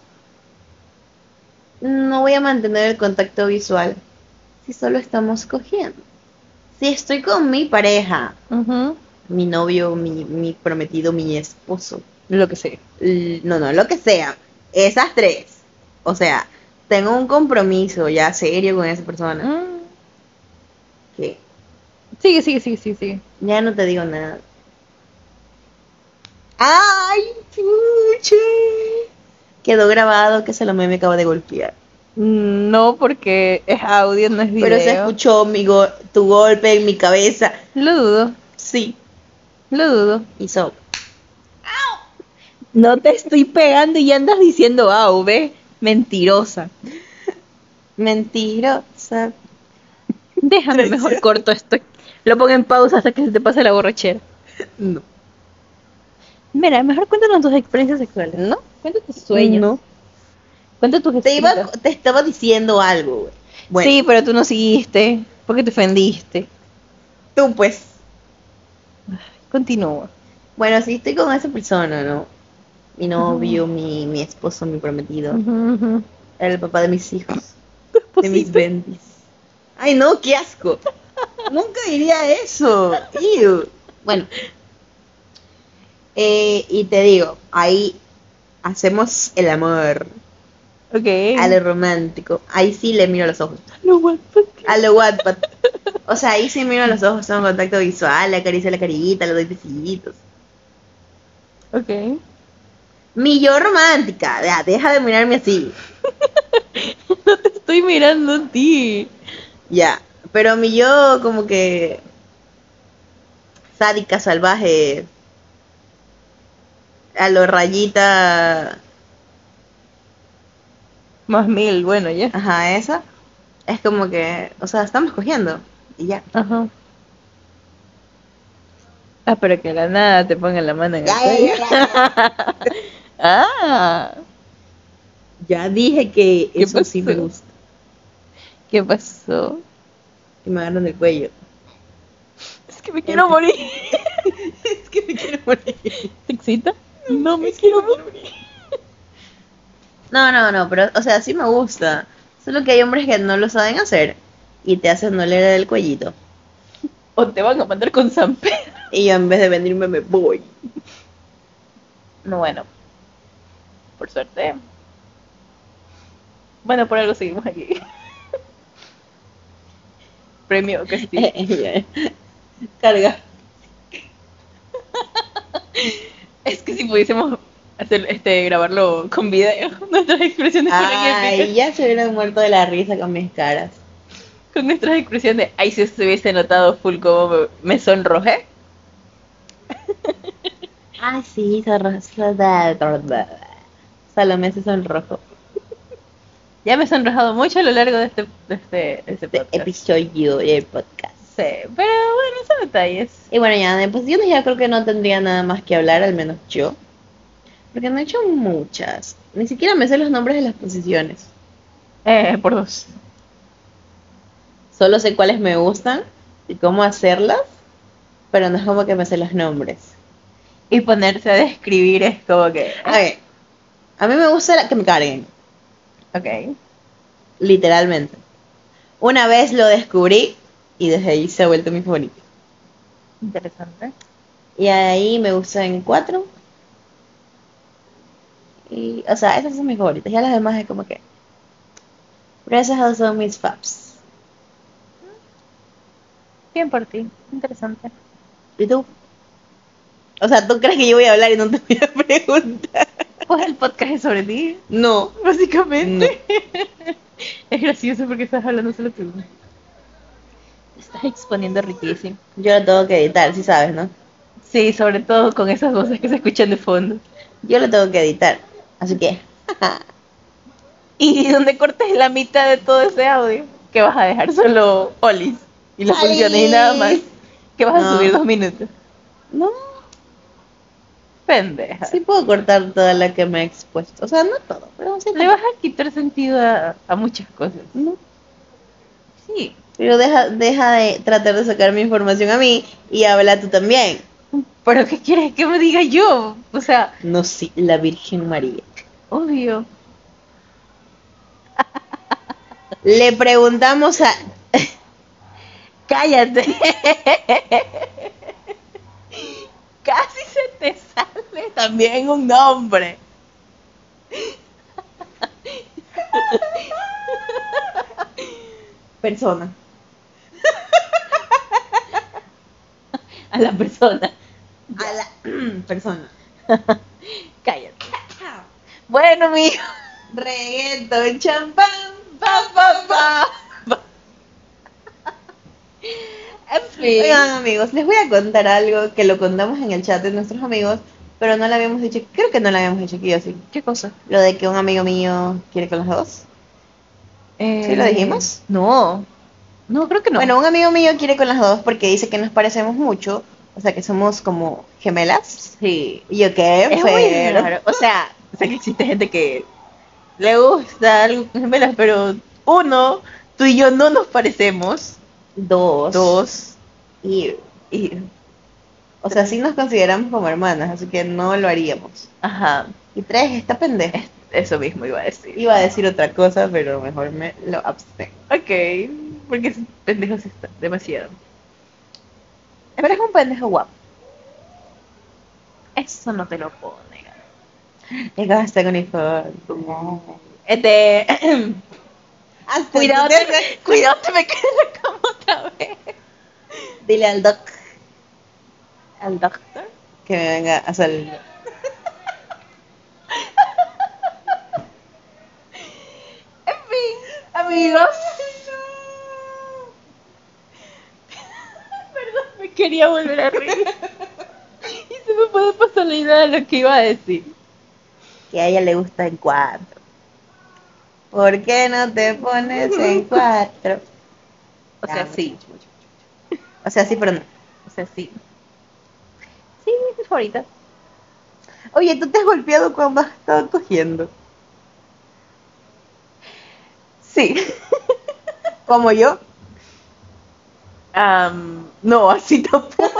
voy a mantener el contacto visual si solo estamos cogiendo. Si estoy con mi pareja, Ujú. mi novio, mi prometido, mi esposo, Lo que sea. no, lo que sea, esas tres. O sea, tengo un compromiso ya serio con esa persona. Mm. Que Sigue. ya no te digo nada. ¡Ay, chuche! Quedó grabado que Salomé me acaba de golpear. No, porque es audio, no es video. Pero se escuchó tu golpe en mi cabeza. Lo dudo, Sí, lo dudo. hizo. No te estoy pegando y andas diciendo au, ¿ves? Mentirosa. Mentirosa. Déjame mejor corto esto. Lo pongo en pausa hasta que se te pase la borrachera. No. Mira, mejor cuéntanos tus experiencias sexuales, ¿no? Cuenta tus sueños. No. Cuenta tus Te escritos. estaba diciendo algo, güey. Bueno, Sí, pero tú no seguiste. Porque te ofendiste. tú pues. Continúa. Bueno, sí estoy con esa persona, ¿no? Mi novio, mi esposo, mi prometido. Ujú. El papá de mis hijos. De mis bendis. Ay, no, qué asco. Nunca diría eso. Ew. Bueno. Y te digo, ahí hacemos el amor Ok. a lo romántico. Ahí sí le miro a los ojos. No, guapo. A lo Wattpad. O sea, ahí sí miro a los ojos, tengo contacto visual, le acaricio la carita, le doy besitos. Ok. Mi yo romántica, ya, deja de mirarme así. No te estoy mirando a ti. Ya, pero mi yo como que sádica, salvaje, a lo rayita, Más 1000, bueno, ya. ajá, esa, es como que, o sea, estamos cogiendo y ya. Ajá. Ah, pero que de la nada te pongan la mano en el Ya, cuello. ya. Ah, Ya dije que ¿Qué eso sí me pasó? gusta, ¿qué pasó? que me agarran el cuello. Es que me quiero morir. Es que me quiero morir. ¿Te excita? No me quiero morir. No, pero, o sea, sí me gusta. Solo que hay hombres que no lo saben hacer y te hacen doler el cuellito. O te van a mandar con San Pedro. Y yo en vez de venirme me voy. No, bueno. Por suerte. Bueno, por algo seguimos aquí. Premio que sí. Carga. Es que si pudiésemos hacer grabarlo con video, nuestras expresiones fueran Ay, épicas. ya se hubieran muerto de la risa con mis caras. Con nuestras expresiones, ay, si se hubiese notado full como me sonrojé. Ay, sí, Salomé se sonrojo. Ya me he sonrojado mucho a lo largo de este Este podcast. episodio del podcast. Sí, pero bueno, son detalles. Y bueno, ya de posiciones ya creo que no tendría nada más que hablar, al menos yo. Porque no he hecho muchas. Ni siquiera me sé los nombres de las posiciones. Por 2. Solo sé cuáles me gustan y cómo hacerlas, pero no es como que me sé los nombres. Y ponerse a describir es como que. A ver, a mí me gusta que me carguen, Ok. literalmente. Una vez lo descubrí y desde ahí se ha vuelto mi favorito. Interesante. Y ahí me gusta en 4. Y, o sea, esas son mis favoritas. Ya las demás es como que. Pero esas dos son mis faves. Bien por ti. Interesante. ¿Y tú? O sea, ¿tú crees que yo voy a hablar y no te voy a preguntar? pues el podcast es sobre ti, No. básicamente. Es gracioso porque estás hablando solo tú. Te estás exponiendo riquísimo. Yo lo tengo que editar, sí sabes, ¿no? Sí, sobre todo con esas voces que se escuchan de fondo. Yo lo tengo que editar. Así que, Y donde cortes la mitad de todo ese audio, que vas a dejar solo Olis y las Olis. funciones y nada más. Que vas a No. subir 2 minutos. no, Pendeja. sí puedo cortar toda la que me he expuesto. O sea, no todo, pero sí. Le vas a quitar sentido a muchas cosas. No. Sí. Pero deja de tratar de sacar mi información a mí y habla tú también. ¿Pero qué quieres que me diga yo? O sea, No, sí, la Virgen María. obvio. Le preguntamos a... Cállate. Casi se te sale también un nombre. Persona. A la persona. A la persona. Cállate. Bueno, amigo. Reggaeton, champán. En fin. Oigan, amigos, les voy a contar algo que lo contamos en el chat de nuestros amigos, pero no lo habíamos dicho. Creo que no lo habíamos dicho aquí, así. ¿Qué cosa? Lo de que un amigo mío quiere con los dos. ¿Sí lo dijimos? No. No, creo que no. Bueno, un amigo mío quiere con las dos porque dice que nos parecemos mucho. O sea, que somos como gemelas. sí. Y yo, qué Es muy feo. raro. O sea, sé que existe gente que le gusta algo con gemelas, pero uno, tú y yo no nos parecemos. Dos. Dos. Y, Y, o sea, sí nos consideramos como hermanas, así que no lo haríamos. ajá, Y tres, esta pendeja. eso mismo iba a decir. Iba a decir otra cosa, pero mejor me lo abstengo. Ok, porque ese pendejo sí está demasiado. Pero es un pendejo guapo. Eso no te lo puedo negar. Es que está con uniforme. Cuidado, cuidado, te me quedas en la cama otra vez. Dile al doc ¿Al doctor? que me venga a salir. En fin, amigos. Perdón, me quería volver a reír. Y se me puede pasar la idea de lo que iba a decir. Que a ella le gusta en cuatro. ¿Por qué no te pones en cuatro? O sea, Ya, sí. mucho. O sea, sí, pero no. O sea, sí. Sí, es mi favorita. Oye, ¿tú te has golpeado cuando has estado cogiendo? Sí. ¿Como yo? No, así tampoco.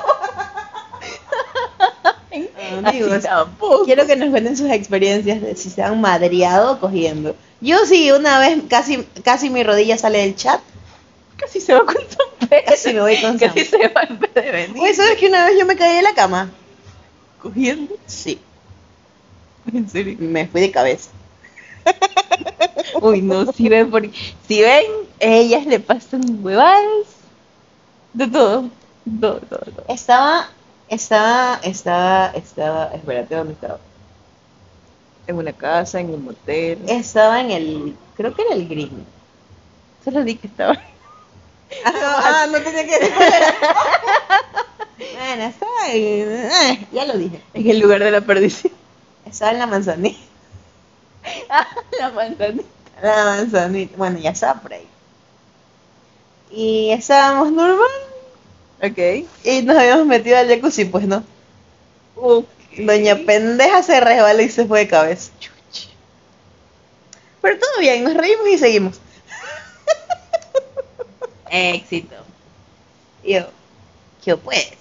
Amigos, Así tampoco. quiero que nos cuenten sus experiencias de si se han madreado cogiendo. Yo sí, una vez casi mi rodilla sale del chat. Casi se va con San Pedro. Casi me voy con Sam. Casi se va en vez de venir. Oye, ¿sabes que una vez yo me caí de la cama? Cogiendo. Sí, En serio. me fui de cabeza. Uy, no, si ven, si ven, ellas le pasan huevadas. De todo. Todo. Estaba, espérate, ¿dónde estaba? En una casa, en un motel. Estaba en el, creo que era el Green. Solo di que estaba. No tenía que decir. Bueno, estaba ya lo dije. En el lugar de la perdición. Estaba en la manzanita. La manzanita. La manzanita. Bueno, ya estaba por ahí. Y estábamos normal. Ok. Y nos habíamos metido al jacuzzi, pues, ¿no? Doña pendeja se resbaló y se fue de cabeza. Pero todo bien, nos reímos y seguimos. Éxito. Y yo pues.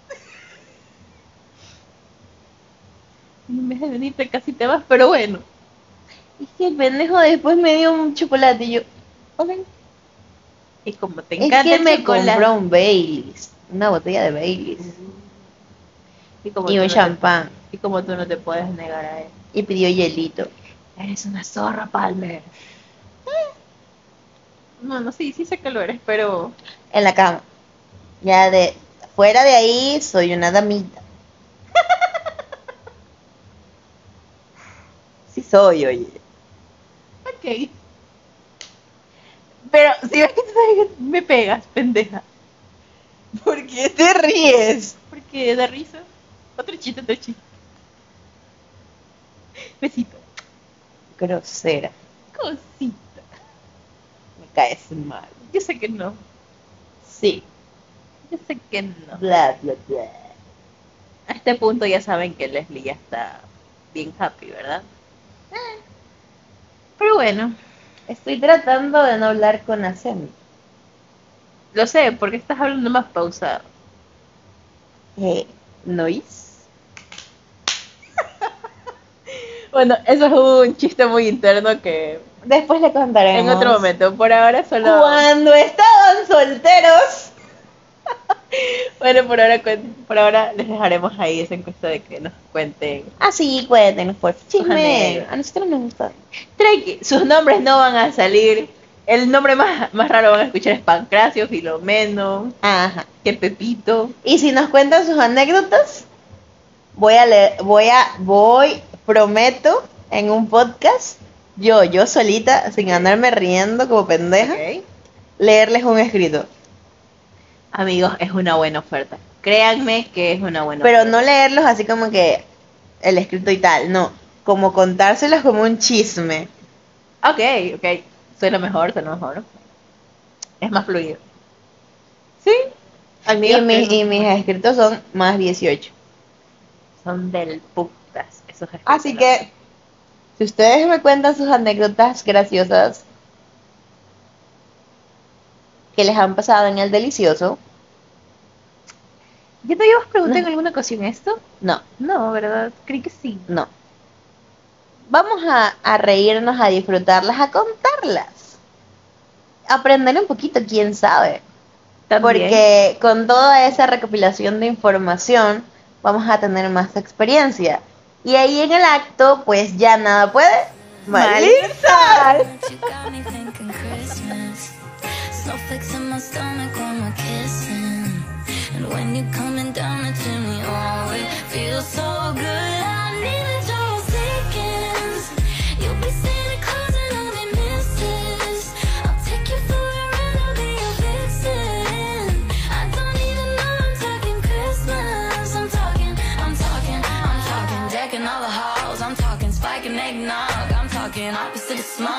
En vez de venirte casi te vas, pero bueno. Y que el pendejo después me dio un chocolate y yo, ok. Y como te Es encanta que el me chocolate, compró un Baileys, una botella de Baileys y como y tú un no champán. y como tú no te puedes negar a él. Y pidió hielito. Eres una zorra, Palmer. No, sí sé que lo eres, pero En la cama. Ya de fuera de ahí soy una damita. Así soy, oye. Ok. Pero si ves que tú sabes que me pegas, pendeja. ¿Por qué te ríes? Porque da risa. Otro chiste, otro chiste. Besito. Grosera. Cosita. Me caes mal. Yo sé que no. Sí. Yo sé que no. Bla, bla, bla. A este punto ya saben que Leslie ya está bien happy, ¿verdad? Pero bueno, Estoy tratando de no hablar con acento. lo sé, porque estás hablando más pausado. Noise. Bueno, eso es un chiste muy interno que Después le contaremos. en otro momento. Por ahora solo... Cuando estaban solteros. Bueno, por ahora les dejaremos ahí esa encuesta de que nos cuenten. Ah, sí, cuéntenos por chisme. anécdotas. A nosotros nos gusta. Tranqui, sus nombres no van a salir. El nombre más raro van a escuchar es Pancracio, Filomeno, Ajá. que Pepito. Y si nos cuentan sus anécdotas, voy a leer, prometo, en un podcast, yo solita, sin andarme riendo como pendeja, Ok. leerles un escrito. Amigos, es una buena oferta. Créanme que es una buena Pero oferta. no leerlos así como que el escrito y tal, no. Como contárselos como un chisme. Ok. Suena mejor. Es más fluido. Sí. Amigos, Y mis escritos son más 18. son del putas. Esos Así escritos. que, si ustedes me cuentan sus anécdotas graciosas que les han pasado en el delicioso, ¿Ya te habíamos preguntado No. en alguna ocasión esto? no, No, ¿verdad? Creí que sí. no. Vamos a reírnos, a disfrutarlas, a contarlas. Aprender un poquito, quién sabe. También. Porque con toda esa recopilación de información vamos a tener más experiencia. Y ahí en el acto, pues ya nada puede malizar. You got me thinking Christmas. Snowflakes in my stomach when we're kissing. And when you're coming down the chimney, oh, it feels so good. I need a Joe Dickens. You'll be Santa Claus and I'll be Mrs. I'll take you for a ride, I'll be your vixen. I don't even know I'm talking Christmas. I'm talking decking all the halls. I'm talking spiking eggnog. I'm talking opposite of small.